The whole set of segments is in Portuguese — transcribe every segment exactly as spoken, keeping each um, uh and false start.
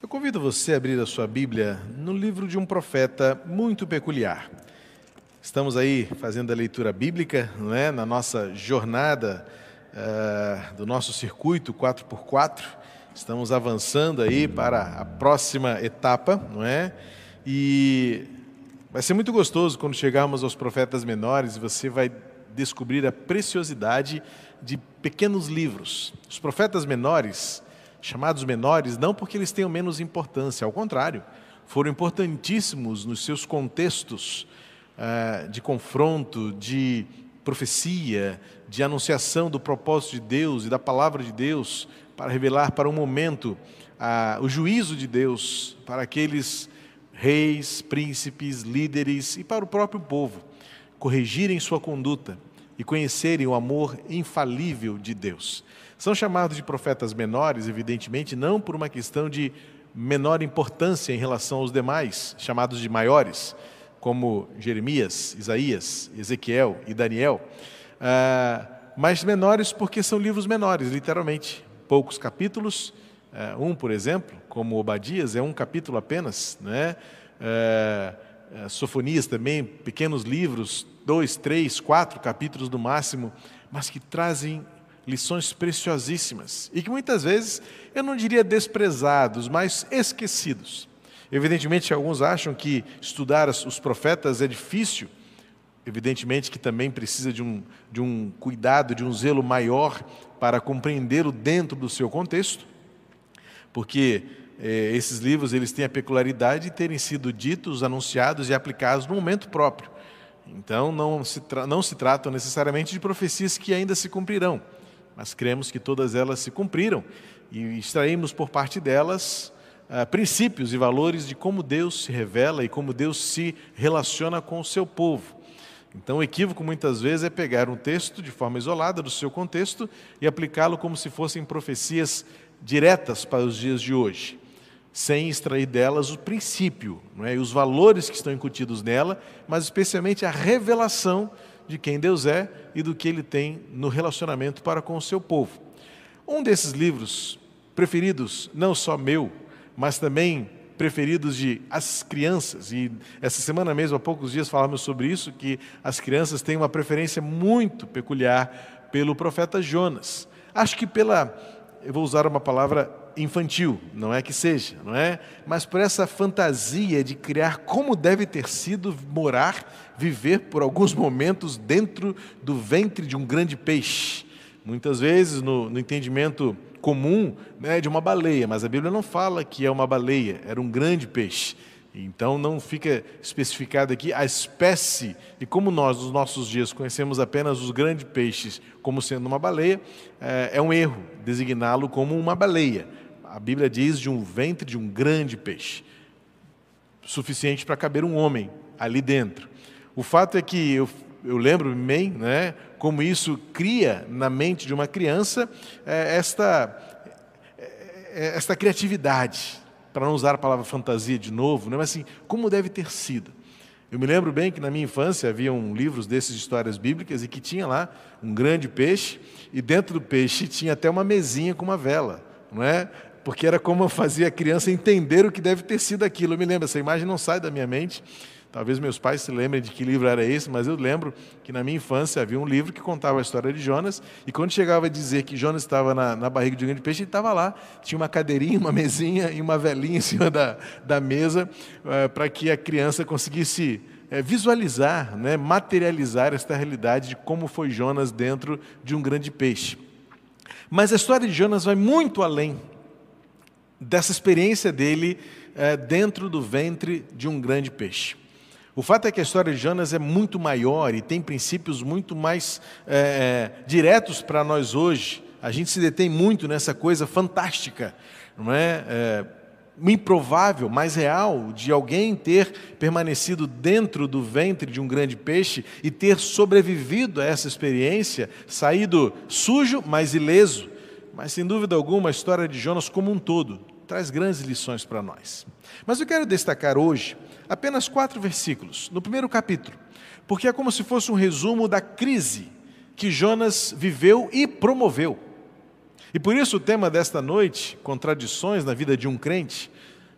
convido você a abrir a sua Bíblia no livro de um profeta muito peculiar. Estamos aí fazendo a leitura bíblica, não é? Na nossa jornada uh, do nosso circuito quatro por quatro. Estamos avançando aí para a próxima etapa, não é? E vai ser muito gostoso quando chegarmos aos profetas menores e você vai descobrir a preciosidade de pequenos livros. Os profetas menores, chamados menores, não porque eles tenham menos importância, ao contrário, foram importantíssimos nos seus contextos uh, de confronto, de profecia, de anunciação do propósito de Deus e da palavra de Deus, para revelar para um momento uh, o juízo de Deus para aqueles reis, príncipes, líderes e para o próprio povo, corrigirem sua conduta e conhecerem o amor infalível de Deus. São chamados de profetas menores, evidentemente, não por uma questão de menor importância em relação aos demais, chamados de maiores, como Jeremias, Isaías, Ezequiel e Daniel, ah, mas menores porque são livros menores, literalmente. Poucos capítulos, ah, um, por exemplo, como Obadias, é um capítulo apenas, né? Ah, Sofonias também, pequenos livros, dois, três, quatro capítulos no máximo, mas que trazem lições preciosíssimas e que muitas vezes, eu não diria desprezados, mas esquecidos. Evidentemente, alguns acham que estudar os profetas é difícil, evidentemente que também precisa de um, de um cuidado, de um zelo maior para compreendê-lo dentro do seu contexto, porque eh, esses livros eles têm a peculiaridade de terem sido ditos, anunciados e aplicados no momento próprio. Então, não se, tra- não se tratam necessariamente de profecias que ainda se cumprirão, mas cremos que todas elas se cumpriram e extraímos por parte delas ah, princípios e valores de como Deus se revela e como Deus se relaciona com o seu povo. Então, o equívoco muitas vezes é pegar um texto de forma isolada do seu contexto e aplicá-lo como se fossem profecias diretas para os dias de hoje, sem extrair delas o princípio, não é? E os valores que estão incutidos nela, mas especialmente a revelação de quem Deus é e do que Ele tem no relacionamento para com o seu povo. Um desses livros preferidos, não só meu, mas também preferidos de as crianças, e essa semana mesmo, há poucos dias, falamos sobre isso, que as crianças têm uma preferência muito peculiar pelo profeta Jonas. Acho que pela, eu vou usar uma palavra infantil, não é que seja, não é? Mas por essa fantasia de criar como deve ter sido morar, viver por alguns momentos dentro do ventre de um grande peixe. Muitas vezes no, no entendimento comum, né, de uma baleia, mas a Bíblia não fala que é uma baleia, era um grande peixe. Então não fica especificado aqui a espécie, e como nós nos nossos dias conhecemos apenas os grandes peixes como sendo uma baleia, é, é um erro designá-lo como uma baleia. A Bíblia diz de um ventre de um grande peixe, suficiente para caber um homem ali dentro. O fato é que eu, eu lembro bem, né, como isso cria na mente de uma criança é, esta, é, esta criatividade, para não usar a palavra fantasia de novo, né, mas assim, como deve ter sido. Eu me lembro bem que na minha infância haviam livros desses de histórias bíblicas e que tinha lá um grande peixe e dentro do peixe tinha até uma mesinha com uma vela, não é? Porque era como eu fazia a criança entender o que deve ter sido aquilo. Eu me lembro, essa imagem não sai da minha mente. Talvez meus pais se lembrem de que livro era esse, mas eu lembro que na minha infância havia um livro que contava a história de Jonas, e quando chegava a dizer que Jonas estava na, na barriga de um grande peixe, ele estava lá. Tinha uma cadeirinha, uma mesinha e uma velinha em cima da, da mesa, uh, para que a criança conseguisse uh, visualizar, né, materializar esta realidade de como foi Jonas dentro de um grande peixe. Mas a história de Jonas vai muito além dessa experiência dele é, dentro do ventre de um grande peixe. O fato é que a história de Jonas é muito maior e tem princípios muito mais é, diretos para nós hoje. A gente se detém muito nessa coisa fantástica, não é? é improvável, mas real, de alguém ter permanecido dentro do ventre de um grande peixe e ter sobrevivido a essa experiência, saído sujo, mas ileso. Mas, sem dúvida alguma, a história de Jonas como um todo traz grandes lições para nós. Mas eu quero destacar hoje apenas quatro versículos, no primeiro capítulo, porque é como se fosse um resumo da crise que Jonas viveu e promoveu. E por isso o tema desta noite, contradições na vida de um crente,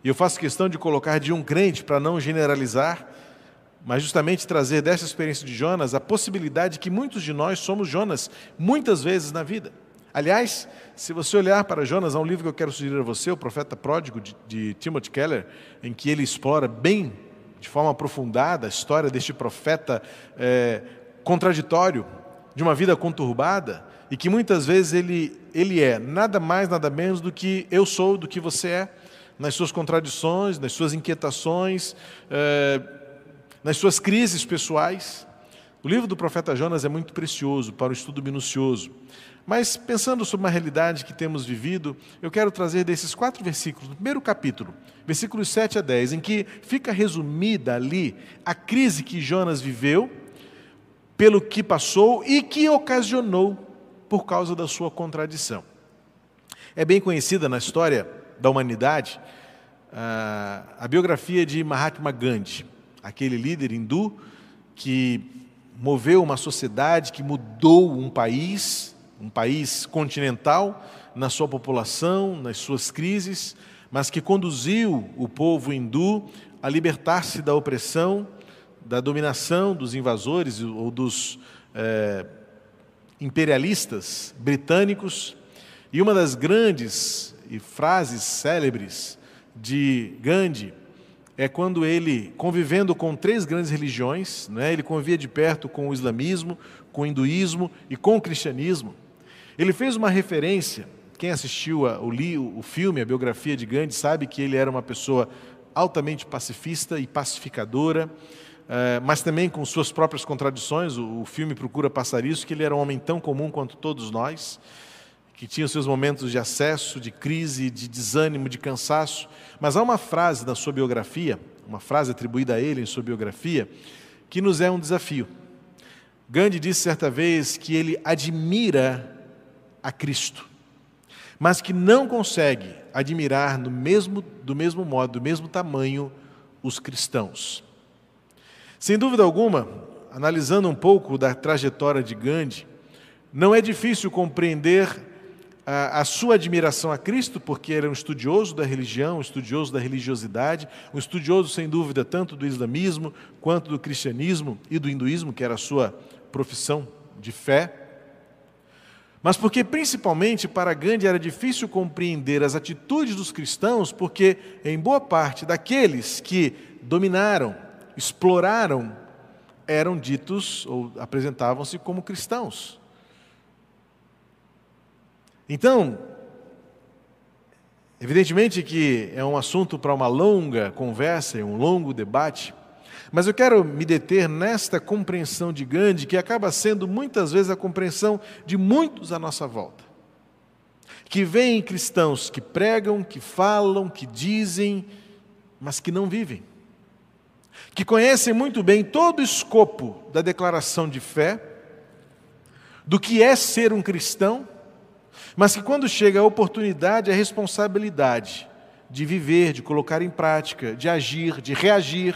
E eu faço questão de colocar de um crente para não generalizar, mas justamente trazer dessa experiência de Jonas a possibilidade de que muitos de nós somos Jonas, muitas vezes na vida. Aliás, se você olhar para Jonas, há um livro que eu quero sugerir a você, O Profeta Pródigo, de, de Timothy Keller, em que ele explora bem, de forma aprofundada, a história deste profeta é, contraditório, de uma vida conturbada, e que muitas vezes ele, ele é nada mais, nada menos do que eu sou, do que você é, nas suas contradições, nas suas inquietações, é, nas suas crises pessoais. O livro do profeta Jonas é muito precioso para um estudo minucioso. Mas, pensando sobre uma realidade que temos vivido, eu quero trazer desses quatro versículos, no primeiro capítulo, versículos sete a dez, em que fica resumida ali a crise que Jonas viveu, pelo que passou e que ocasionou por causa da sua contradição. É bem conhecida na história da humanidade a, a biografia de Mahatma Gandhi, aquele líder hindu que moveu uma sociedade, que mudou um país, um país continental, na sua população, nas suas crises, mas que conduziu o povo hindu a libertar-se da opressão, da dominação dos invasores ou dos é, imperialistas britânicos. E uma das grandes e frases célebres de Gandhi é quando ele, convivendo com três grandes religiões, né, ele convivia de perto com o islamismo, com o hinduísmo e com o cristianismo, ele fez uma referência. Quem assistiu a, o, o filme, a biografia de Gandhi, sabe que ele era uma pessoa altamente pacifista e pacificadora, eh, mas também com suas próprias contradições. O, o filme procura passar isso, que ele era um homem tão comum quanto todos nós, que tinha os seus momentos de acesso, de crise, de desânimo, de cansaço. Mas há uma frase na sua biografia, uma frase atribuída a ele em sua biografia, que nos é um desafio. Gandhi disse certa vez que ele admira a Cristo, mas que não consegue admirar no mesmo, do mesmo modo, do mesmo tamanho, os cristãos. Sem dúvida alguma, analisando um pouco da trajetória de Gandhi, não é difícil compreender a, a sua admiração a Cristo, porque ele era um estudioso da religião, um estudioso da religiosidade, um estudioso, sem dúvida, tanto do islamismo, quanto do cristianismo e do hinduísmo, que era a sua profissão de fé. Mas porque, principalmente, para Gandhi era difícil compreender as atitudes dos cristãos, porque, em boa parte daqueles que dominaram, exploraram, eram ditos ou apresentavam-se como cristãos. Então, evidentemente que é um assunto para uma longa conversa e um longo debate, mas eu quero me deter nesta compreensão de Gandhi, que acaba sendo muitas vezes a compreensão de muitos à nossa volta, que veem cristãos que pregam, que falam, que dizem, mas que não vivem, que conhecem muito bem todo o escopo da declaração de fé, do que é ser um cristão, mas que quando chega a oportunidade, a responsabilidade de viver, de colocar em prática, de agir, de reagir,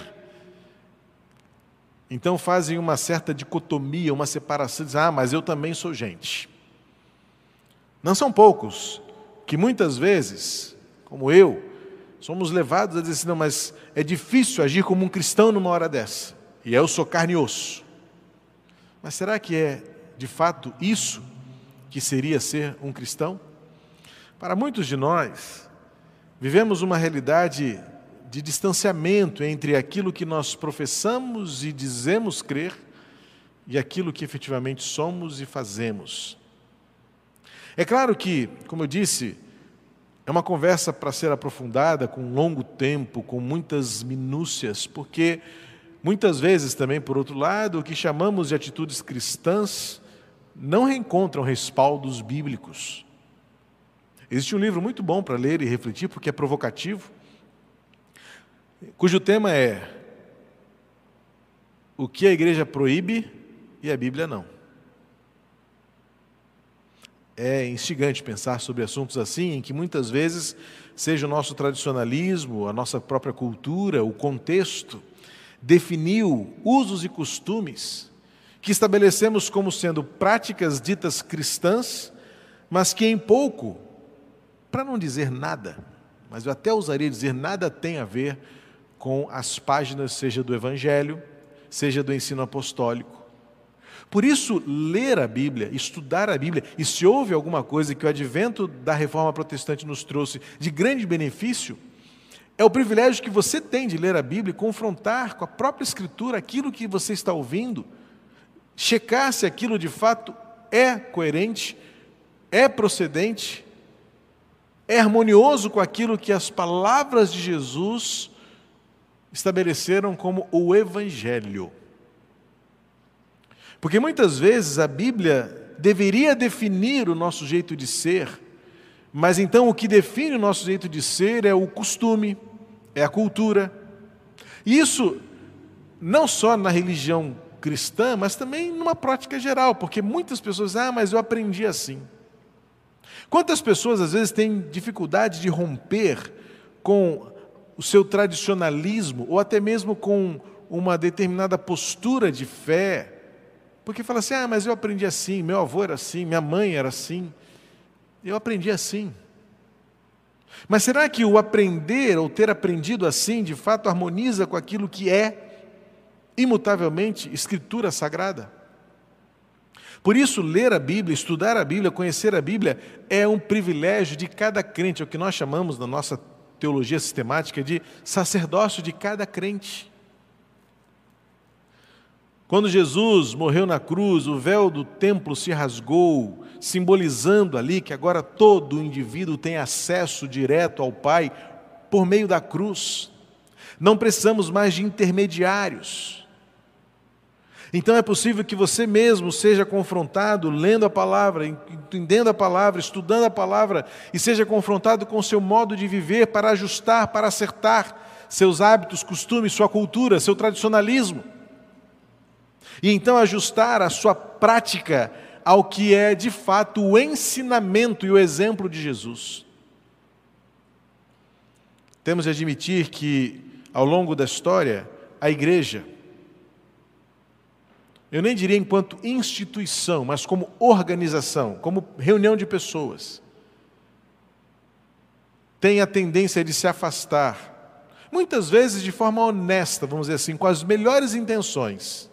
então fazem uma certa dicotomia, uma separação, dizem, ah, mas eu também sou gente. Não são poucos que muitas vezes, como eu, somos levados a dizer assim, não, mas é difícil agir como um cristão numa hora dessa, e eu sou carne e osso. Mas será que é, de fato, isso que seria ser um cristão? Para muitos de nós, vivemos uma realidade de distanciamento entre aquilo que nós professamos e dizemos crer e aquilo que efetivamente somos e fazemos. É claro que, como eu disse, é uma conversa para ser aprofundada, com um longo tempo, com muitas minúcias, porque muitas vezes também, por outro lado, o que chamamos de atitudes cristãs não reencontram respaldos bíblicos. Existe um livro muito bom para ler e refletir, porque é provocativo, cujo tema é o que a igreja proíbe e a Bíblia não. É instigante pensar sobre assuntos assim, em que muitas vezes seja o nosso tradicionalismo, a nossa própria cultura, o contexto, definiu usos e costumes que estabelecemos como sendo práticas ditas cristãs, mas que em pouco, para não dizer nada, mas eu até ousaria dizer, nada tem a ver com as páginas, seja do Evangelho, seja do ensino apostólico. Por isso, ler a Bíblia, estudar a Bíblia, e se houve alguma coisa que o advento da Reforma Protestante nos trouxe de grande benefício, é o privilégio que você tem de ler a Bíblia e confrontar com a própria Escritura aquilo que você está ouvindo, checar se aquilo de fato é coerente, é procedente, é harmonioso com aquilo que as palavras de Jesus estabeleceram como o Evangelho. Porque muitas vezes a Bíblia deveria definir o nosso jeito de ser, mas então o que define o nosso jeito de ser é o costume, é a cultura. E isso não só na religião cristã, mas também numa prática geral, porque muitas pessoas dizem, ah, mas eu aprendi assim. Quantas pessoas às vezes têm dificuldade de romper com o seu tradicionalismo, ou até mesmo com uma determinada postura de fé, porque fala assim, ah, mas eu aprendi assim, meu avô era assim, minha mãe era assim, eu aprendi assim. Mas será que o aprender ou ter aprendido assim, de fato, harmoniza com aquilo que é, imutavelmente, Escritura Sagrada? Por isso, ler a Bíblia, estudar a Bíblia, conhecer a Bíblia, é um privilégio de cada crente, é o que nós chamamos na nossa teologia sistemática de sacerdócio de cada crente. Quando Jesus morreu na cruz, o véu do templo se rasgou, simbolizando ali que agora todo indivíduo tem acesso direto ao Pai por meio da cruz. Não precisamos mais de intermediários. Então é possível que você mesmo seja confrontado lendo a palavra, entendendo a palavra, estudando a palavra, e seja confrontado com o seu modo de viver para ajustar, para acertar seus hábitos, costumes, sua cultura, seu tradicionalismo. E então ajustar a sua prática ao que é de fato o ensinamento e o exemplo de Jesus. Temos de admitir que ao longo da história, a igreja, eu nem diria enquanto instituição, mas como organização, como reunião de pessoas, tem a tendência de se afastar, muitas vezes de forma honesta, vamos dizer assim, com as melhores intenções.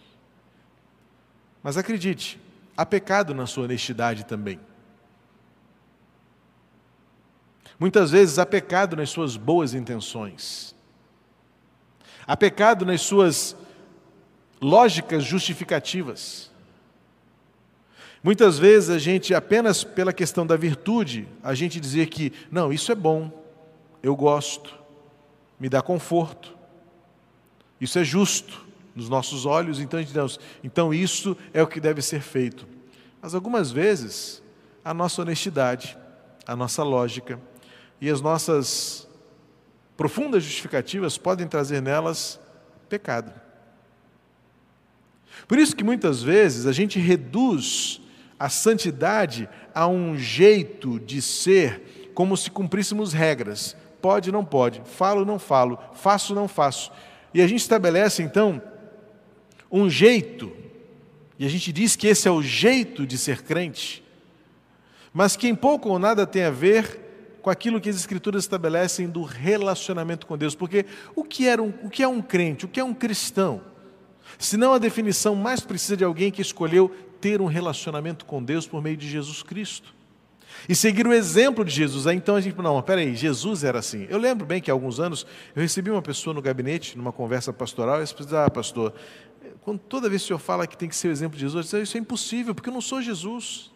Mas acredite, há pecado na sua honestidade também. Muitas vezes há pecado nas suas boas intenções. Há pecado nas suas lógicas justificativas. Muitas vezes a gente, apenas pela questão da virtude, a gente dizer que, não, isso é bom, eu gosto, me dá conforto, isso é justo nos nossos olhos, então a gente diz, então isso é o que deve ser feito. Mas algumas vezes, a nossa honestidade, a nossa lógica e as nossas profundas justificativas podem trazer nelas pecado. Por isso que muitas vezes a gente reduz a santidade a um jeito de ser, como se cumpríssemos regras. Pode, não pode, falo, não falo, faço, não faço. E a gente estabelece então um jeito, e a gente diz que esse é o jeito de ser crente, mas que em pouco ou nada tem a ver com aquilo que as Escrituras estabelecem do relacionamento com Deus. Porque o que, era um, o que é um crente, o que é um cristão? Senão a definição mais precisa de alguém que escolheu ter um relacionamento com Deus por meio de Jesus Cristo. E seguir o exemplo de Jesus. Aí então a gente, não, peraí, Jesus era assim. Eu lembro bem que há alguns anos eu recebi uma pessoa no gabinete, numa conversa pastoral, e eu disse, ah, pastor, quando toda vez que o senhor fala que tem que ser o exemplo de Jesus, eu disse, isso é impossível, porque eu não sou Jesus.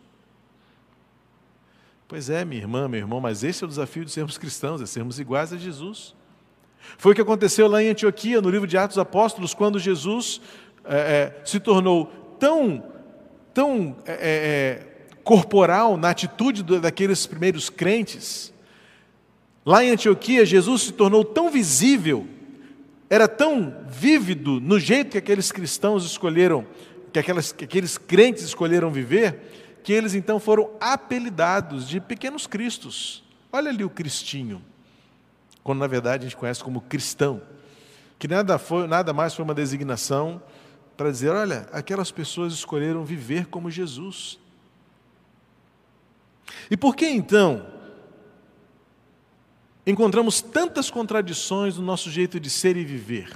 Pois é, minha irmã, meu irmão, mas esse é o desafio de sermos cristãos, é sermos iguais a Jesus. Foi o que aconteceu lá em Antioquia, no livro de Atos dos Apóstolos, quando Jesus é, é, se tornou tão, tão é, é, corporal na atitude daqueles primeiros crentes. Lá em Antioquia, Jesus se tornou tão visível, era tão vívido no jeito que aqueles cristãos escolheram, que, aquelas, que aqueles crentes escolheram viver, que eles então foram apelidados de pequenos cristos. Olha ali o cristinho, quando na verdade a gente conhece como cristão, que nada, foi, nada mais foi uma designação para dizer, olha, aquelas pessoas escolheram viver como Jesus. E por que então, encontramos tantas contradições no nosso jeito de ser e viver.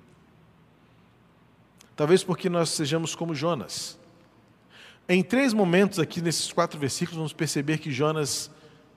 Talvez porque nós sejamos como Jonas. Em três momentos aqui, nesses quatro versículos, vamos perceber que Jonas,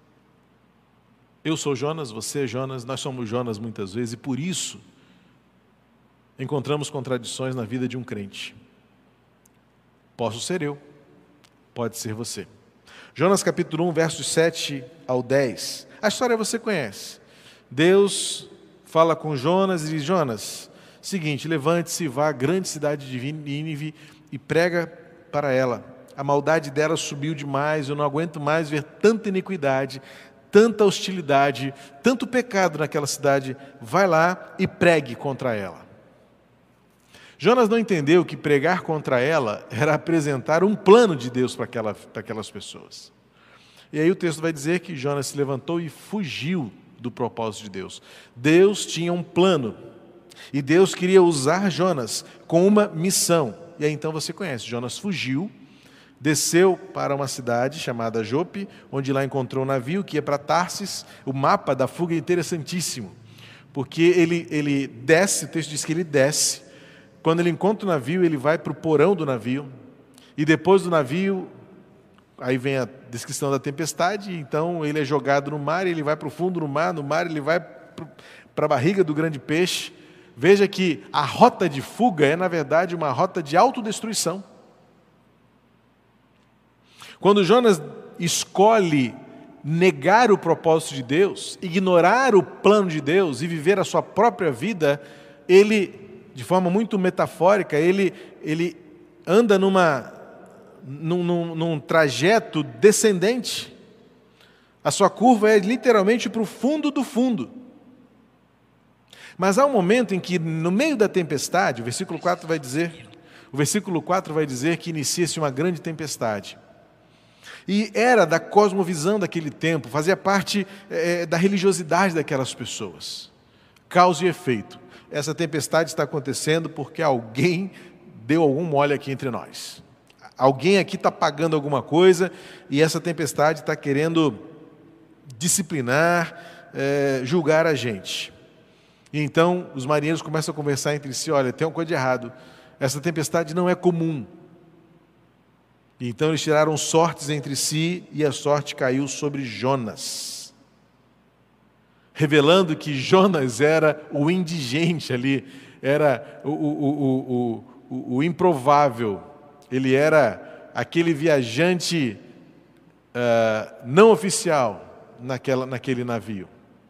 eu sou Jonas, você é Jonas, nós somos Jonas muitas vezes, e por isso encontramos contradições na vida de um crente. Posso ser eu, pode ser você. Jonas capítulo um, versos sete ao dez. A história você conhece. Deus fala com Jonas e diz: Jonas, seguinte, levante-se, vá à grande cidade de Nínive e prega para ela. A maldade dela subiu demais, eu não aguento mais ver tanta iniquidade, tanta hostilidade, tanto pecado naquela cidade. Vai lá e pregue contra ela. Jonas não entendeu que pregar contra ela era apresentar um plano de Deus para aquela, para aquelas pessoas. E aí o texto vai dizer que Jonas se levantou e fugiu do propósito de Deus. Deus tinha um plano e Deus queria usar Jonas com uma missão. E aí então você conhece, Jonas fugiu, desceu para uma cidade chamada Jope, onde lá encontrou um navio que ia para Tarsis. O mapa da fuga é interessantíssimo, porque ele, ele desce, o texto diz que ele desce. Quando ele encontra o navio, ele vai para o porão do navio, e depois do navio, aí vem a descrição da tempestade, então ele é jogado no mar, ele vai para o fundo do mar, no mar ele vai para a barriga do grande peixe. Veja que a rota de fuga é, na verdade, uma rota de autodestruição. Quando Jonas escolhe negar o propósito de Deus, ignorar o plano de Deus e viver a sua própria vida, ele, de forma muito metafórica, ele, ele anda numa, num, num, num trajeto descendente. A sua curva é literalmente para o fundo do fundo. Mas há um momento em que, no meio da tempestade, o versículo quatro vai dizer, o versículo quatro vai dizer que inicia-se uma grande tempestade. E era da cosmovisão daquele tempo, fazia parte é, da religiosidade daquelas pessoas. Causa e efeito. Essa tempestade está acontecendo porque alguém deu algum mole aqui entre nós. Alguém aqui está pagando alguma coisa e essa tempestade está querendo disciplinar, é, julgar a gente. E então os marinheiros começam a conversar entre si: olha, tem uma coisa de errado, essa tempestade não é comum. E então eles tiraram sortes entre si e a sorte caiu sobre Jonas, revelando que Jonas era o indigente ali, era o, o, o, o, o improvável, ele era aquele viajante uh, não oficial naquela, naquele navio.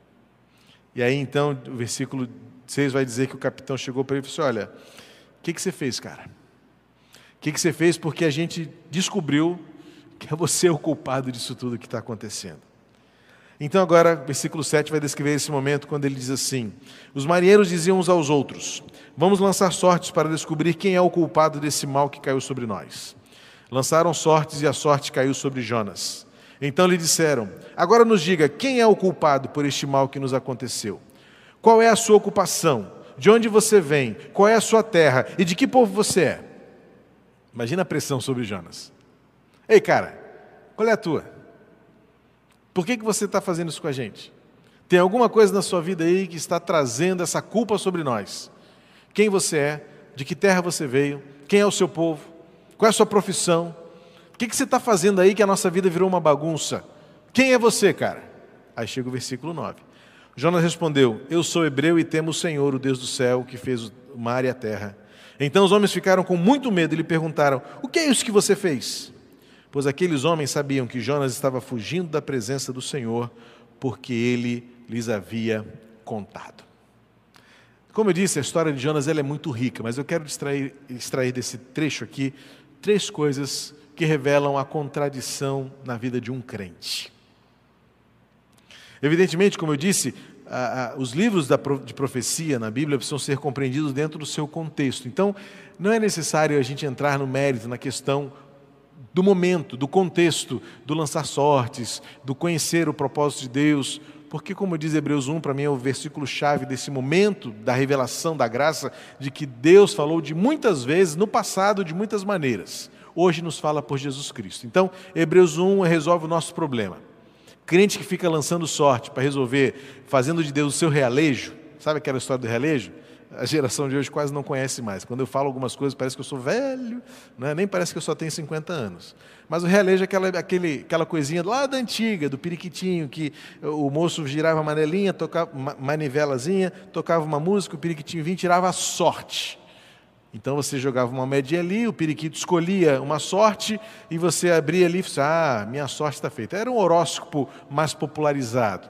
E aí então o versículo seis vai dizer que o capitão chegou para ele e falou assim: olha, o que, que você fez, cara? O que, que você fez? Porque a gente descobriu que é você o culpado disso tudo que está acontecendo. Então agora, versículo sete vai descrever esse momento quando ele diz assim: os marinheiros diziam uns aos outros: vamos lançar sortes para descobrir quem é o culpado desse mal que caiu sobre nós. Lançaram sortes e a sorte caiu sobre Jonas. Então lhe disseram: agora nos diga, quem é o culpado por este mal que nos aconteceu? Qual é a sua ocupação? De onde você vem? Qual é a sua terra? E de que povo você é? Imagina a pressão sobre Jonas. Ei, cara, qual é a tua? Por que, que você está fazendo isso com a gente? Tem alguma coisa na sua vida aí que está trazendo essa culpa sobre nós? Quem você é? De que terra você veio? Quem é o seu povo? Qual é a sua profissão? O que, que você está fazendo aí que a nossa vida virou uma bagunça? Quem é você, cara? Aí chega o versículo nove. Jonas respondeu: eu sou hebreu e temo o Senhor, o Deus do céu, que fez o mar e a terra. Então os homens ficaram com muito medo e lhe perguntaram: o que é isso que você fez? Pois aqueles homens sabiam que Jonas estava fugindo da presença do Senhor, porque ele lhes havia contado. Como eu disse, a história de Jonas ela é muito rica, mas eu quero extrair, extrair desse trecho aqui três coisas que revelam a contradição na vida de um crente. Evidentemente, como eu disse, a, a, os livros da, de profecia na Bíblia precisam ser compreendidos dentro do seu contexto. Então, não é necessário a gente entrar no mérito, na questão do momento, do contexto, do lançar sortes, do conhecer o propósito de Deus, porque, como diz Hebreus um, para mim é o versículo-chave desse momento da revelação da graça, de que Deus falou de muitas vezes, no passado, de muitas maneiras. Hoje nos fala por Jesus Cristo. Então, Hebreus um resolve o nosso problema. crente que fica lançando sorte para resolver, fazendo de Deus o seu realejo. Sabe aquela história do realejo? A geração de hoje quase não conhece mais. Quando eu falo algumas coisas, parece que eu sou velho, né? Nem parece que eu só tenho cinquenta anos. Mas o realejo é aquela, aquele, aquela coisinha lá da antiga, do periquitinho, que o moço girava a manelinha, tocava uma manivelazinha, tocava uma música, o periquitinho vinha e tirava a sorte. Então você jogava uma moedinha ali, o periquito escolhia uma sorte e você abria ali e falava, ah, minha sorte está feita. Era um horóscopo mais popularizado.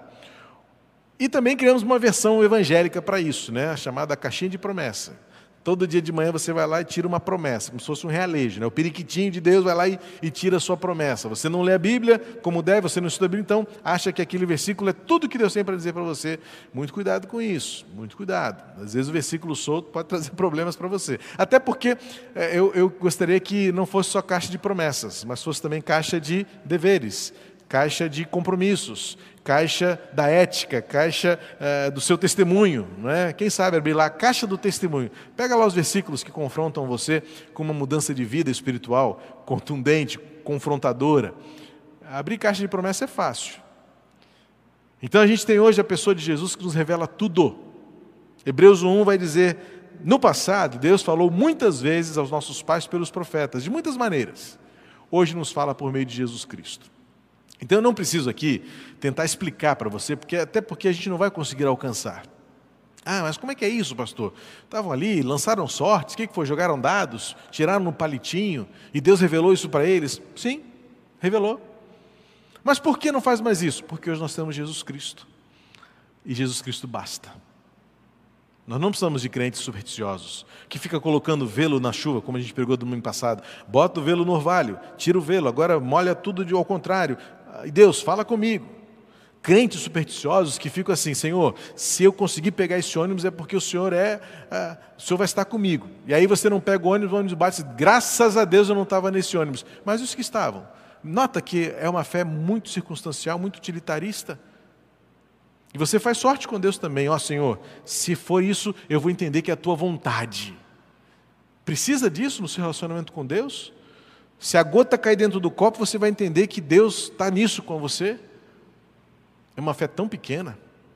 E também criamos uma versão evangélica para isso, né? A chamada caixinha de promessa. Todo dia de manhã você vai lá e tira uma promessa, como se fosse um realejo, né? O periquitinho de Deus vai lá e, e tira a sua promessa. Você não lê a Bíblia como deve, você não estuda a Bíblia, então acha que aquele versículo é tudo que Deus tem para dizer para você. Muito cuidado com isso, muito cuidado. Às vezes o versículo solto pode trazer problemas para você. Até porque é, eu, eu gostaria que não fosse só caixa de promessas, mas fosse também caixa de deveres, caixa de compromissos, caixa da ética, caixa uh, do seu testemunho, não é? Quem sabe abrir lá a caixa do testemunho. Pega lá os versículos que confrontam você com uma mudança de vida espiritual, contundente, confrontadora. Abrir caixa de promessa é fácil. Então a gente tem hoje a pessoa de Jesus que nos revela tudo. Hebreus um vai dizer, no passado, Deus falou muitas vezes aos nossos pais pelos profetas, de muitas maneiras. Hoje nos fala por meio de Jesus Cristo. Então eu não preciso aqui tentar explicar para você, porque, até porque a gente não vai conseguir alcançar. Ah, mas como é que é isso, pastor? Estavam ali, lançaram sortes, o que foi? Jogaram dados, tiraram no palitinho, e Deus revelou isso para eles? Sim, revelou. Mas por que não faz mais isso? Porque hoje nós temos Jesus Cristo. E Jesus Cristo basta. Nós não precisamos de crentes supersticiosos, que fica colocando velo na chuva, como a gente pregou domingo passado. Bota o velo no orvalho, tira o velo, agora molha tudo de, ao contrário. E Deus, fala comigo. Crentes supersticiosos que ficam assim, Senhor, se eu conseguir pegar esse ônibus é porque o Senhor é, ah, o Senhor vai estar comigo. E aí você não pega o ônibus, o ônibus bate, graças a Deus eu não estava nesse ônibus. Mas os que estavam, nota que é uma fé muito circunstancial, muito utilitarista. E você faz sorte com Deus também. Ó Senhor, se for isso, eu vou entender que é a tua vontade. Precisa disso no seu relacionamento com Deus? Se a gota cair dentro do copo, você vai entender que Deus está nisso com você. É uma fé tão pequena.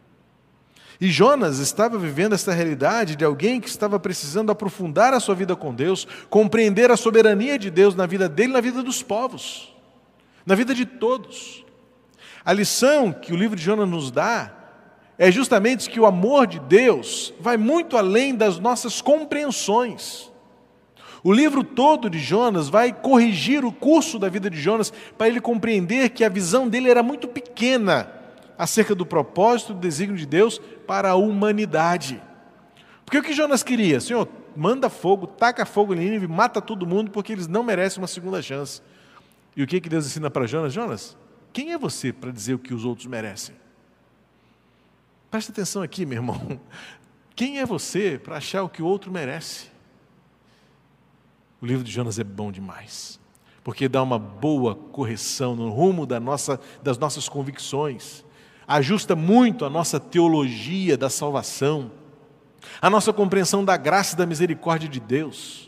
E Jonas estava vivendo essa realidade de alguém que estava precisando aprofundar a sua vida com Deus, compreender a soberania de Deus na vida dele e na vida dos povos, na vida de todos. A lição que o livro de Jonas nos dá é justamente que o amor de Deus vai muito além das nossas compreensões. O livro todo de Jonas vai corrigir o curso da vida de Jonas para ele compreender que a visão dele era muito pequena acerca do propósito e do desígnio de Deus para a humanidade. Porque o que Jonas queria? Senhor, manda fogo, taca fogo em Nínive, mata todo mundo porque eles não merecem uma segunda chance. E o que que Deus ensina para Jonas? Jonas, quem é você para dizer o que os outros merecem? Presta atenção aqui, meu irmão. Quem é você para achar o que o outro merece? O livro de Jonas é bom demais, porque dá uma boa correção no rumo da nossa, das nossas convicções, ajusta muito a nossa teologia da salvação, a nossa compreensão da graça e da misericórdia de Deus.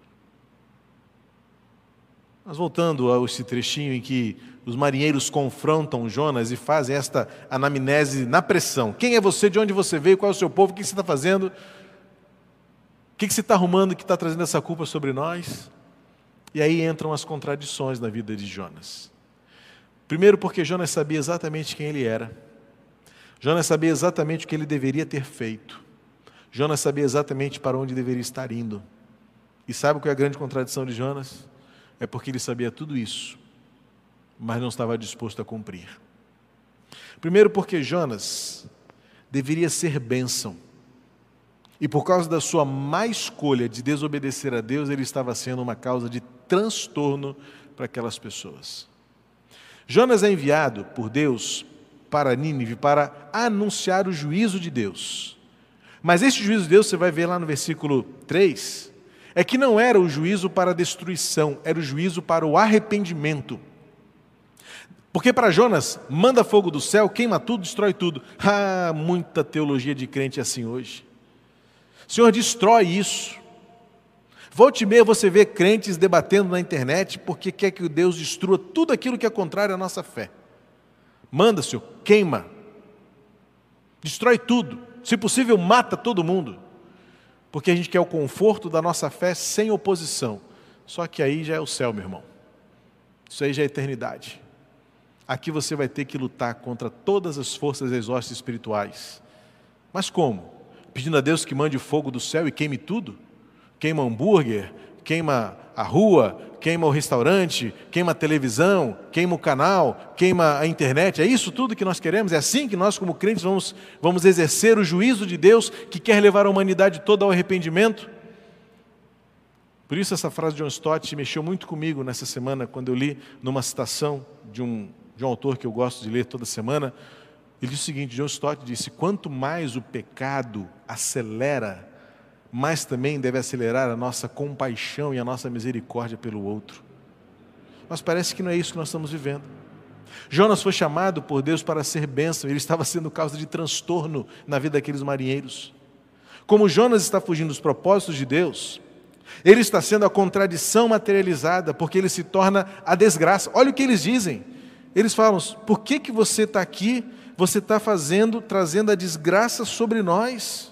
Mas voltando a esse trechinho em que os marinheiros confrontam Jonas e fazem esta anamnese na pressão. Quem é você? De onde você veio? Qual é o seu povo? O que você está fazendo? O que você está arrumando que está trazendo essa culpa sobre nós? E aí entram as contradições na vida de Jonas. Primeiro porque Jonas sabia exatamente quem ele era. Jonas sabia exatamente o que ele deveria ter feito. Jonas sabia exatamente para onde deveria estar indo. E sabe qual é a grande contradição de Jonas? É porque ele sabia tudo isso, mas não estava disposto a cumprir. Primeiro porque Jonas deveria ser bênção. E por causa da sua má escolha de desobedecer a Deus, ele estava sendo uma causa de transtorno para aquelas pessoas. Jonas é enviado por Deus para Nínive para anunciar o juízo de Deus. Mas esse juízo de Deus, você vai ver lá no versículo três, é que não era o juízo para a destruição, era o juízo para o arrependimento. Porque para Jonas, manda fogo do céu, queima tudo, destrói tudo. Ah, muita teologia de crente assim hoje. Senhor, destrói isso. Volte e meia você vê crentes debatendo na internet porque quer que Deus destrua tudo aquilo que é contrário à nossa fé. Manda, Senhor, queima. Destrói tudo. Se possível, mata todo mundo. Porque a gente quer o conforto da nossa fé sem oposição. Só que aí já é o céu, meu irmão. Isso aí já é eternidade. Aqui você vai ter que lutar contra todas as forças exócias espirituais. Mas como? Pedindo a Deus que mande o fogo do céu e queime tudo? Queima hambúrguer, queima a rua, queima o restaurante, queima a televisão, queima o canal, queima a internet. É isso tudo que nós queremos? É assim que nós, como crentes, vamos, vamos exercer o juízo de Deus que quer levar a humanidade toda ao arrependimento? Por isso essa frase de John Stott mexeu muito comigo nessa semana, quando eu li numa citação de um, de um autor que eu gosto de ler toda semana. Ele diz o seguinte, John Stott disse: quanto mais o pecado acelera, mais também deve acelerar a nossa compaixão e a nossa misericórdia pelo outro. Mas parece que não é isso que nós estamos vivendo. Jonas foi chamado por Deus para ser bênção, ele estava sendo causa de transtorno na vida daqueles marinheiros. Como Jonas está fugindo dos propósitos de Deus, ele está sendo a contradição materializada, porque ele se torna a desgraça. Olha o que eles dizem. Eles falam: por que que você está aqui? Você está fazendo, trazendo a desgraça sobre nós.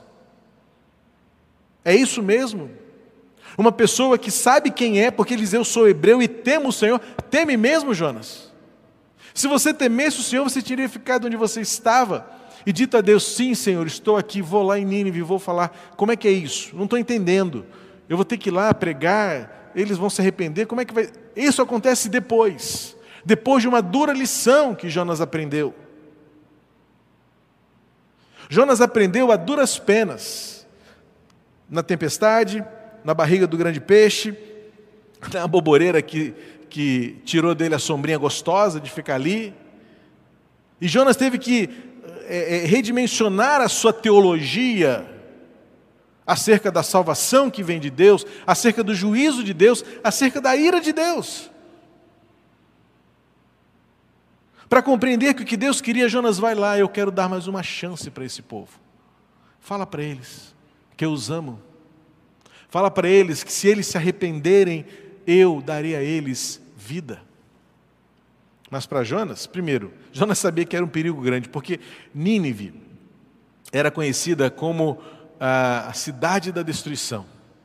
É isso mesmo? Uma pessoa que sabe quem é, porque ele diz: eu sou hebreu e temo o Senhor. Teme mesmo, Jonas? Se você temesse o Senhor, você teria ficado onde você estava e dito a Deus: sim, Senhor, estou aqui, vou lá em Nínive, vou falar. Como é que é isso? Não estou entendendo. Eu vou ter que ir lá pregar, eles vão se arrepender. Como é que vai? Isso acontece depois. Depois de uma dura lição que Jonas aprendeu. Jonas aprendeu a duras penas, na tempestade, na barriga do grande peixe, na boboreira que, que tirou dele a sombrinha gostosa de ficar ali. E Jonas teve que é, é, redimensionar a sua teologia acerca da salvação que vem de Deus, acerca do juízo de Deus, acerca da ira de Deus. Para compreender que o que Deus queria, Jonas vai lá: eu quero dar mais uma chance para esse povo. Fala para eles que eu os amo. Fala para eles que se eles se arrependerem, eu darei a eles vida. Mas para Jonas, primeiro, Jonas sabia que era um perigo grande, porque Nínive era conhecida como a cidade da destruição.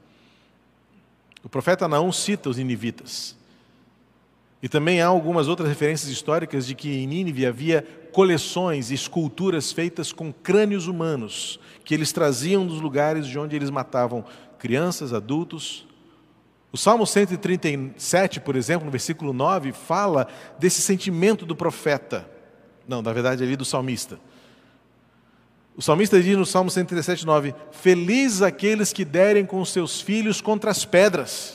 O profeta Naum cita os ninivitas. E também há algumas outras referências históricas de que em Nínive havia coleções e esculturas feitas com crânios humanos, que eles traziam dos lugares de onde eles matavam crianças, adultos. O Salmo cento e trinta e sete, por exemplo, no versículo nove, fala desse sentimento do profeta. Não, na verdade, ali do salmista. O salmista diz no Salmo cento e trinta e sete, nove: felizes aqueles que derem com os seus filhos contra as pedras.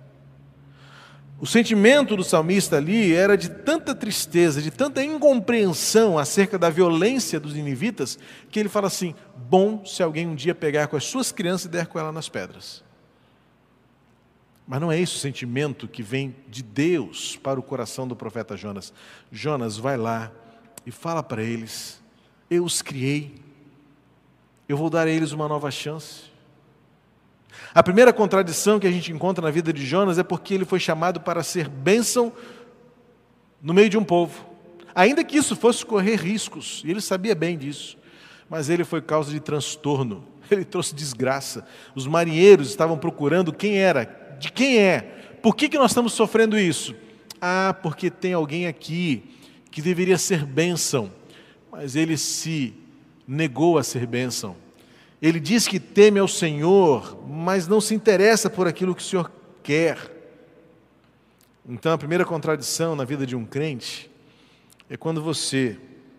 O sentimento do salmista ali era de tanta tristeza, de tanta incompreensão acerca da violência dos ninivitas, que ele fala assim: bom se alguém um dia pegar com as suas crianças e der com elas nas pedras. Mas não é esse o sentimento que vem de Deus para o coração do profeta Jonas. Jonas, vai lá e fala para eles: eu os criei, eu vou dar a eles uma nova chance. A primeira contradição que a gente encontra na vida de Jonas é porque ele foi chamado para ser bênção no meio de um povo. Ainda que isso fosse correr riscos, e ele sabia bem disso, mas ele foi causa de transtorno, ele trouxe desgraça. Os marinheiros estavam procurando quem era, de quem é, por que, que nós estamos sofrendo isso? Ah, porque tem alguém aqui que deveria ser bênção, mas ele se negou a ser bênção. Ele diz que teme ao Senhor, mas não se interessa por aquilo que o Senhor quer. Então, a primeira contradição na vida de um crente é quando você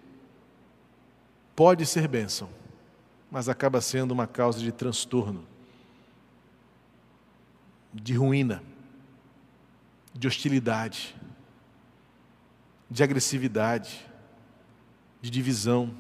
pode ser bênção, mas acaba sendo uma causa de transtorno, de ruína, de hostilidade, de agressividade, de divisão.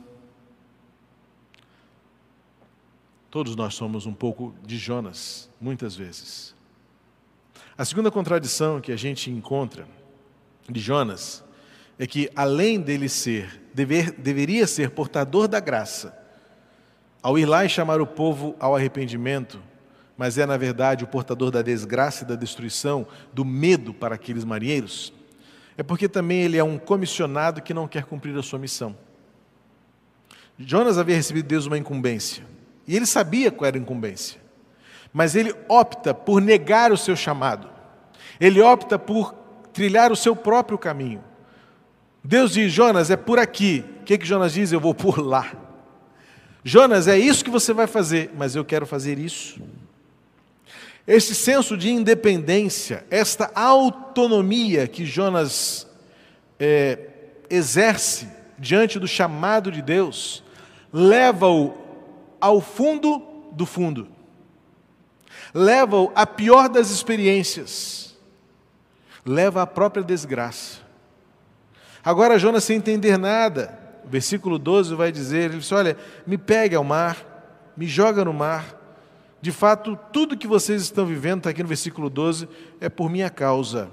Todos nós somos um pouco de Jonas, muitas vezes. A segunda contradição que a gente encontra de Jonas é que, além dele ser, dever, deveria ser portador da graça, ao ir lá e chamar o povo ao arrependimento, mas é, na verdade, o portador da desgraça e da destruição, do medo para aqueles marinheiros, é porque também ele é um comissionado que não quer cumprir a sua missão. Jonas havia recebido de Deus uma incumbência, e ele sabia qual era a incumbência, mas ele opta por negar o seu chamado, ele opta por trilhar o seu próprio caminho. Deus diz: Jonas, é por aqui. O que que Jonas diz? Eu vou por lá. Jonas, é isso que você vai fazer, mas eu quero fazer isso. Esse senso de independência, esta autonomia que Jonas é, exerce diante do chamado de Deus, leva-o ao fundo do fundo, leva-o à pior das experiências, leva à própria desgraça. Agora Jonas, sem entender nada, o versículo doze vai dizer, ele diz: olha, me pegue ao mar, me joga no mar. De fato, tudo que vocês estão vivendo, está aqui no versículo doze, é por minha causa.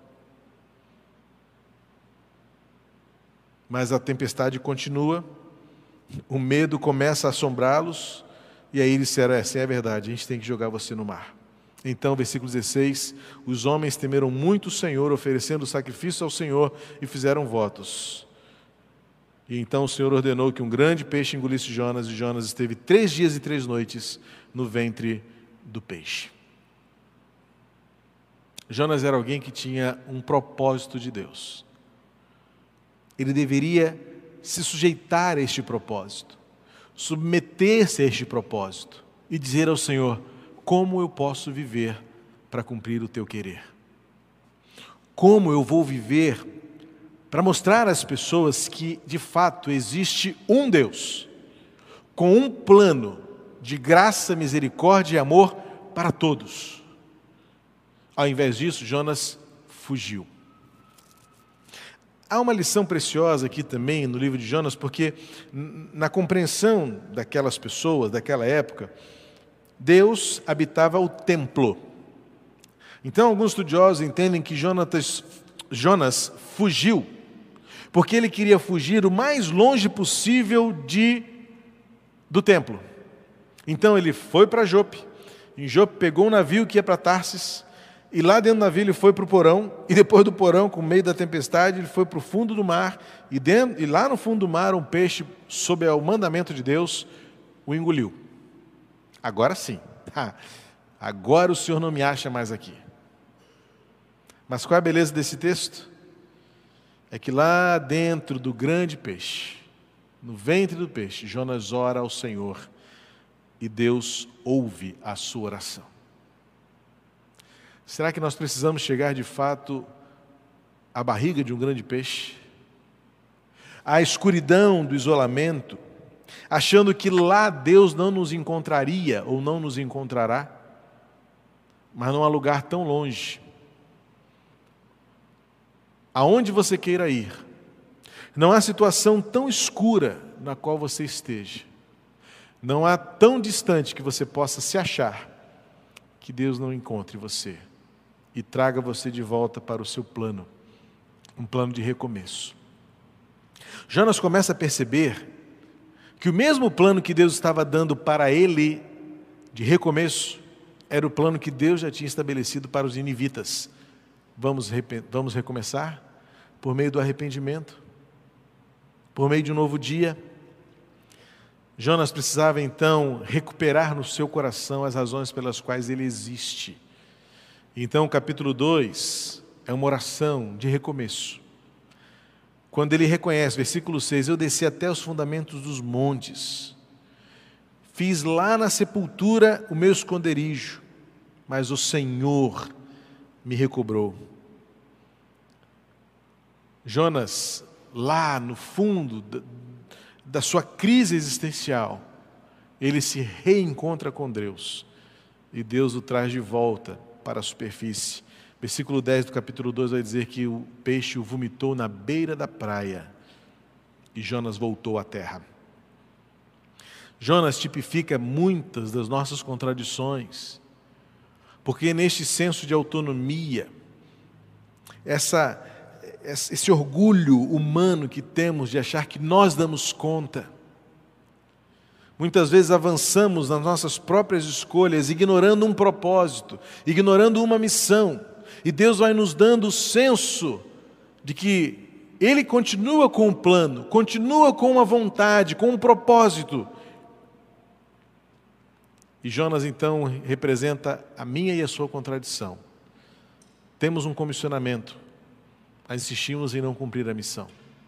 Mas a tempestade continua, o medo começa a assombrá-los, e aí eles disseram: é, sim, é verdade, a gente tem que jogar você no mar. Então, versículo dezesseis, os homens temeram muito o Senhor, oferecendo sacrifício ao Senhor, e fizeram votos. E então o Senhor ordenou que um grande peixe engolisse Jonas, e Jonas esteve três dias e três noites no ventre do peixe. Jonas era alguém que tinha um propósito de Deus. Ele deveria se sujeitar a este propósito, submeter-se a este propósito e dizer ao Senhor: como eu posso viver para cumprir o teu querer? Como eu vou viver para mostrar às pessoas que, de fato, existe um Deus, com um plano de graça, misericórdia e amor para todos? Ao invés disso, Jonas fugiu. Há uma lição preciosa aqui também no livro de Jonas, porque na compreensão daquelas pessoas, daquela época, Deus habitava o templo. Então, alguns estudiosos entendem que Jonas, Jonas fugiu, porque ele queria fugir o mais longe possível de, do templo. Então, ele foi para Jope. Em Jope, pegou um navio que ia para Tarsis, e lá dentro do navio ele foi para o porão, e depois do porão, com o meio da tempestade, ele foi para o fundo do mar, e, dentro, e lá no fundo do mar, um peixe, sob o mandamento de Deus, o engoliu. Agora sim, agora o Senhor não me acha mais aqui. Mas qual é a beleza desse texto? É que lá dentro do grande peixe, no ventre do peixe, Jonas ora ao Senhor e Deus ouve a sua oração. Será que nós precisamos chegar de fato à barriga de um grande peixe? À escuridão do isolamento, achando que lá Deus não nos encontraria ou não nos encontrará? Mas não há lugar tão longe. Aonde você queira ir, não há situação tão escura na qual você esteja, não há tão distante que você possa se achar, que Deus não encontre você e traga você de volta para o seu plano, um plano de recomeço. Jonas começa a perceber que o mesmo plano que Deus estava dando para ele de recomeço era o plano que Deus já tinha estabelecido para os ninivitas. Vamos, vamos recomeçar por meio do arrependimento, por meio de um novo dia. Jonas precisava então recuperar no seu coração as razões pelas quais ele existe. Então, capítulo dois é uma oração de recomeço. Quando ele reconhece, versículo seis, eu desci até os fundamentos dos montes, fiz lá na sepultura o meu esconderijo, mas o Senhor me recobrou. Jonas, lá no fundo da, da sua crise existencial, ele se reencontra com Deus, e Deus o traz de volta para a superfície. Versículo dez do capítulo dois vai dizer que o peixe o vomitou na beira da praia, e Jonas voltou à terra. Jonas tipifica muitas das nossas contradições, porque neste senso de autonomia, essa, esse orgulho humano que temos de achar que nós damos conta, muitas vezes avançamos nas nossas próprias escolhas, ignorando um propósito, ignorando uma missão, e Deus vai nos dando o senso de que Ele continua com um plano, continua com uma vontade, com um propósito. E Jonas, então, representa a minha e a sua contradição. Temos um comissionamento, mas insistimos em não cumprir a missão.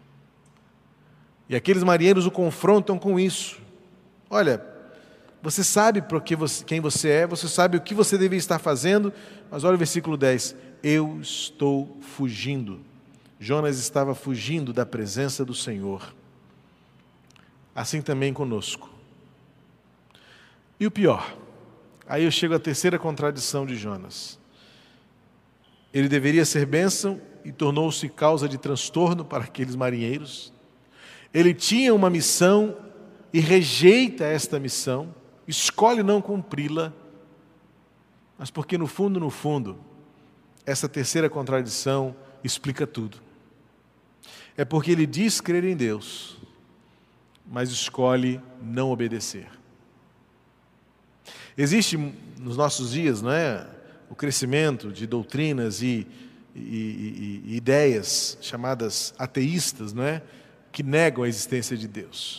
E aqueles marinheiros o confrontam com isso. Olha, você sabe porque você, quem você é, você sabe o que você deve estar fazendo, mas olha o versículo dez. Eu estou fugindo. Jonas estava fugindo da presença do Senhor. Assim também conosco. E o pior, aí eu chego à terceira contradição de Jonas. Ele deveria ser bênção e tornou-se causa de transtorno para aqueles marinheiros. Ele tinha uma missão e rejeita esta missão, escolhe não cumpri-la, mas porque no fundo, no fundo, essa terceira contradição explica tudo. É porque ele diz crer em Deus, mas escolhe não obedecer. Existe nos nossos dias, não é, o crescimento de doutrinas e, e, e, e ideias chamadas ateístas, não é, que negam a existência de Deus.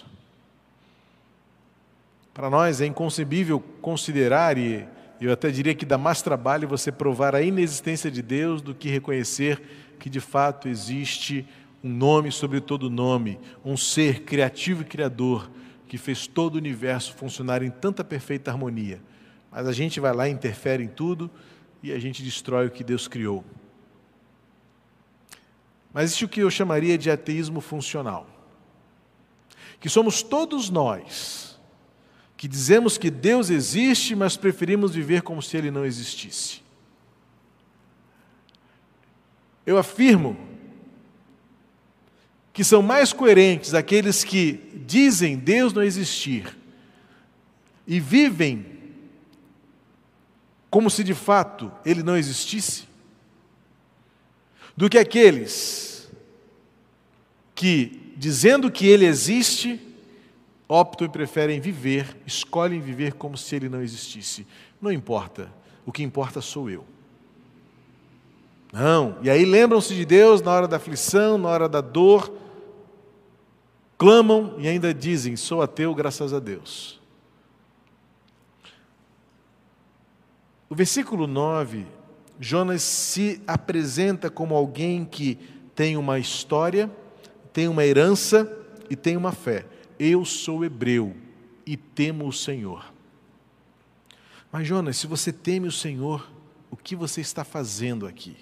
Para nós é inconcebível considerar, e eu até diria que dá mais trabalho você provar a inexistência de Deus do que reconhecer que de fato existe um nome sobre todo nome, um ser criativo e criador que fez todo o universo funcionar em tanta perfeita harmonia. Mas a gente vai lá, interfere em tudo e a gente destrói o que Deus criou. Mas existe o que eu chamaria de ateísmo funcional. Que somos todos nós que dizemos que Deus existe, mas preferimos viver como se Ele não existisse. Eu afirmo que são mais coerentes aqueles que dizem Deus não existir e vivem como se de fato Ele não existisse, do que aqueles que, dizendo que Ele existe, optam e preferem viver, escolhem viver como se Ele não existisse. Não importa, o que importa sou eu. Não, e aí lembram-se de Deus na hora da aflição, na hora da dor, clamam e ainda dizem, sou ateu, graças a Deus. O versículo nove, Jonas se apresenta como alguém que tem uma história, tem uma herança e tem uma fé. Eu sou hebreu e temo o Senhor. Mas Jonas, se você teme o Senhor, o que você está fazendo aqui?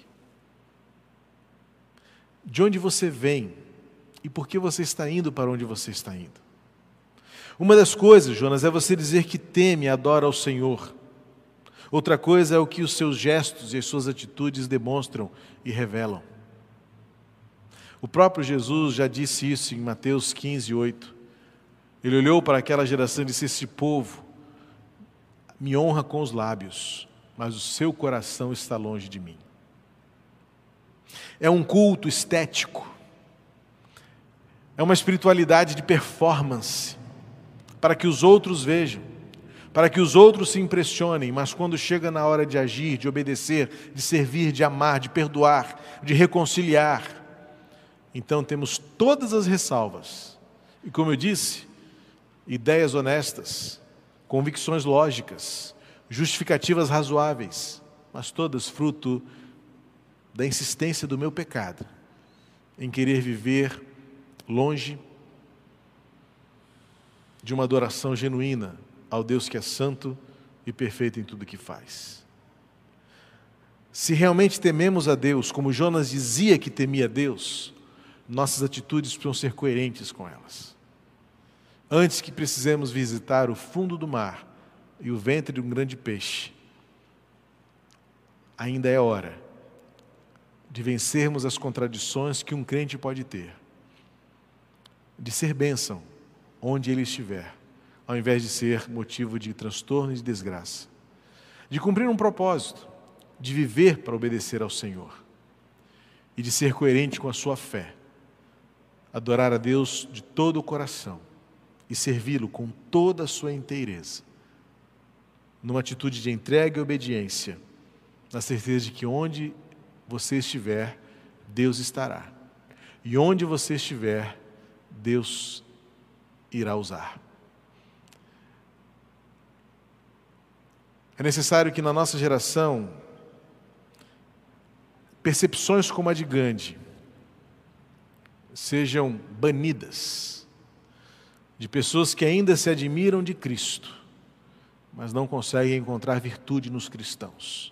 De onde você vem e por que você está indo para onde você está indo? Uma das coisas, Jonas, é você dizer que teme e adora ao Senhor. Outra coisa é o que os seus gestos e as suas atitudes demonstram e revelam. O próprio Jesus já disse isso em Mateus quinze, oito. Ele olhou para aquela geração e disse, esse povo me honra com os lábios, mas o seu coração está longe de mim. É um culto estético. É uma espiritualidade de performance, para que os outros vejam, para que os outros se impressionem, mas quando chega na hora de agir, de obedecer, de servir, de amar, de perdoar, de reconciliar, então temos todas as ressalvas. E como eu disse, ideias honestas, convicções lógicas, justificativas razoáveis, mas todas fruto da insistência do meu pecado em querer viver longe de uma adoração genuína ao Deus que é santo e perfeito em tudo que faz. Se realmente tememos a Deus, como Jonas dizia que temia a Deus, nossas atitudes precisam ser coerentes com elas. Antes que precisemos visitar o fundo do mar e o ventre de um grande peixe, ainda é hora de vencermos as contradições que um crente pode ter, de ser bênção onde ele estiver, ao invés de ser motivo de transtorno e de desgraça, de cumprir um propósito, de viver para obedecer ao Senhor e de ser coerente com a sua fé, adorar a Deus de todo o coração e servi-lo com toda a sua inteireza, numa atitude de entrega e obediência, na certeza de que onde você estiver, Deus estará, E onde você estiver, Deus irá usar. É necessário que na nossa geração, percepções como a de Gandhi sejam banidas de pessoas que ainda se admiram de Cristo, mas não conseguem encontrar virtude nos cristãos.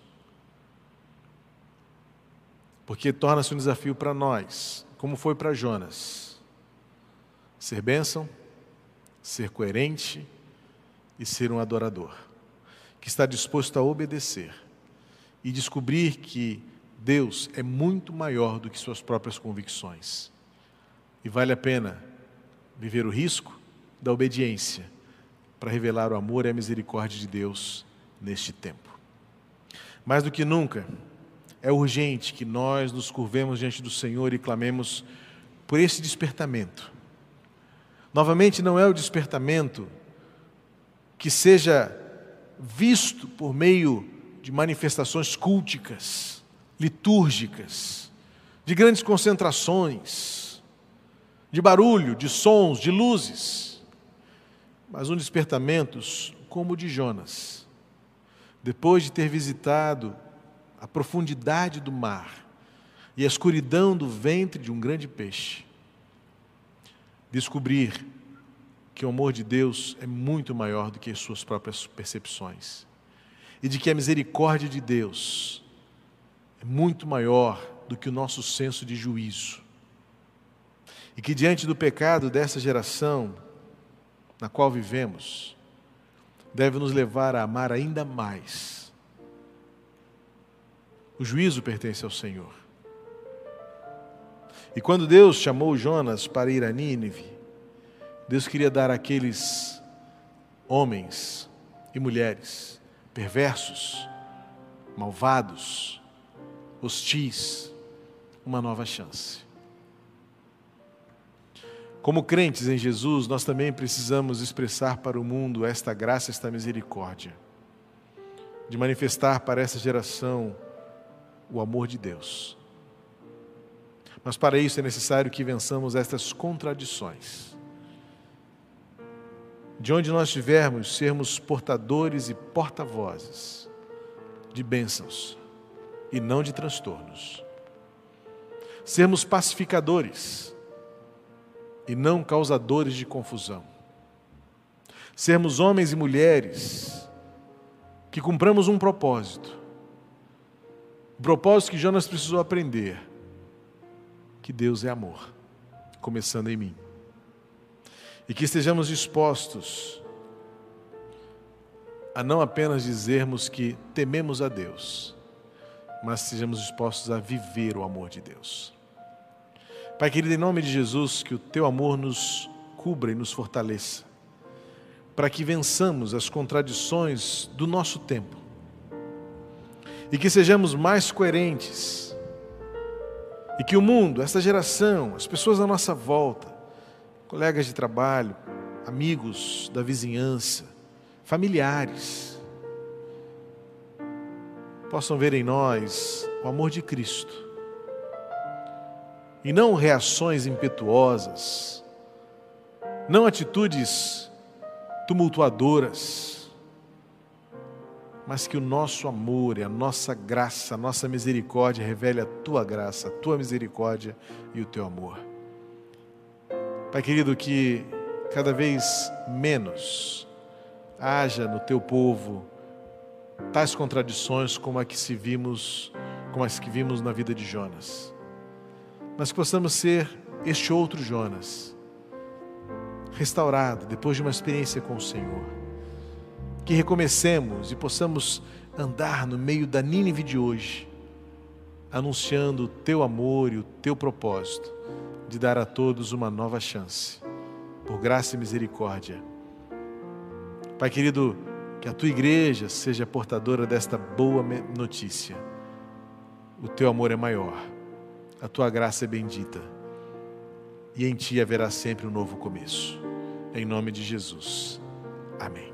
Porque torna-se um desafio para nós, como foi para Jonas, ser bênção, ser coerente e ser um adorador, que está disposto a obedecer e descobrir que Deus é muito maior do que suas próprias convicções. E vale a pena viver o risco da obediência para revelar o amor e a misericórdia de Deus neste tempo. Mais do que nunca, é urgente que nós nos curvemos diante do Senhor e clamemos por esse despertamento. Novamente, não é o despertamento que seja visto por meio de manifestações culticas, litúrgicas, de grandes concentrações, de barulho, de sons, de luzes, mas um despertamento como o de Jonas, depois de ter visitado a profundidade do mar e a escuridão do ventre de um grande peixe, descobrir que o amor de Deus é muito maior do que as suas próprias percepções e de que a misericórdia de Deus é muito maior do que o nosso senso de juízo e que diante do pecado dessa geração na qual vivemos, deve nos levar a amar ainda mais. O juízo pertence ao Senhor. E quando Deus chamou Jonas para ir a Nínive, Deus queria dar àqueles homens e mulheres perversos, malvados, hostis, uma nova chance. Como crentes em Jesus, nós também precisamos expressar para o mundo esta graça, esta misericórdia, de manifestar para essa geração o amor de Deus. Mas para isso é necessário que vençamos estas contradições. De onde nós estivermos, sermos portadores e porta-vozes de bênçãos e não de transtornos. Sermos pacificadores e não causadores de confusão. Sermos homens e mulheres que cumpramos um propósito. O propósito que Jonas precisou aprender, que Deus é amor, começando em mim. E que estejamos dispostos a não apenas dizermos que tememos a Deus, mas estejamos dispostos a viver o amor de Deus. Pai querido, em nome de Jesus, que o Teu amor nos cubra e nos fortaleça, para que vençamos as contradições do nosso tempo e que sejamos mais coerentes e que o mundo, essa geração, as pessoas à nossa volta, colegas de trabalho, amigos da vizinhança, familiares, possam ver em nós o amor de Cristo e não reações impetuosas, não atitudes tumultuadoras, mas que o nosso amor e a nossa graça, a nossa misericórdia revele a Tua graça, a Tua misericórdia e o Teu amor. Pai querido, que cada vez menos haja no Teu povo tais contradições como a que se vimos, como as que vimos na vida de Jonas, mas que possamos ser este outro Jonas, restaurado depois de uma experiência com o Senhor, que recomecemos e possamos andar no meio da Nínive de hoje, anunciando o Teu amor e o Teu propósito de dar a todos uma nova chance, por graça e misericórdia. Pai querido, que a Tua igreja seja portadora desta boa notícia. O Teu amor é maior, a Tua graça é bendita, e em Ti haverá sempre um novo começo. Em nome de Jesus. Amém.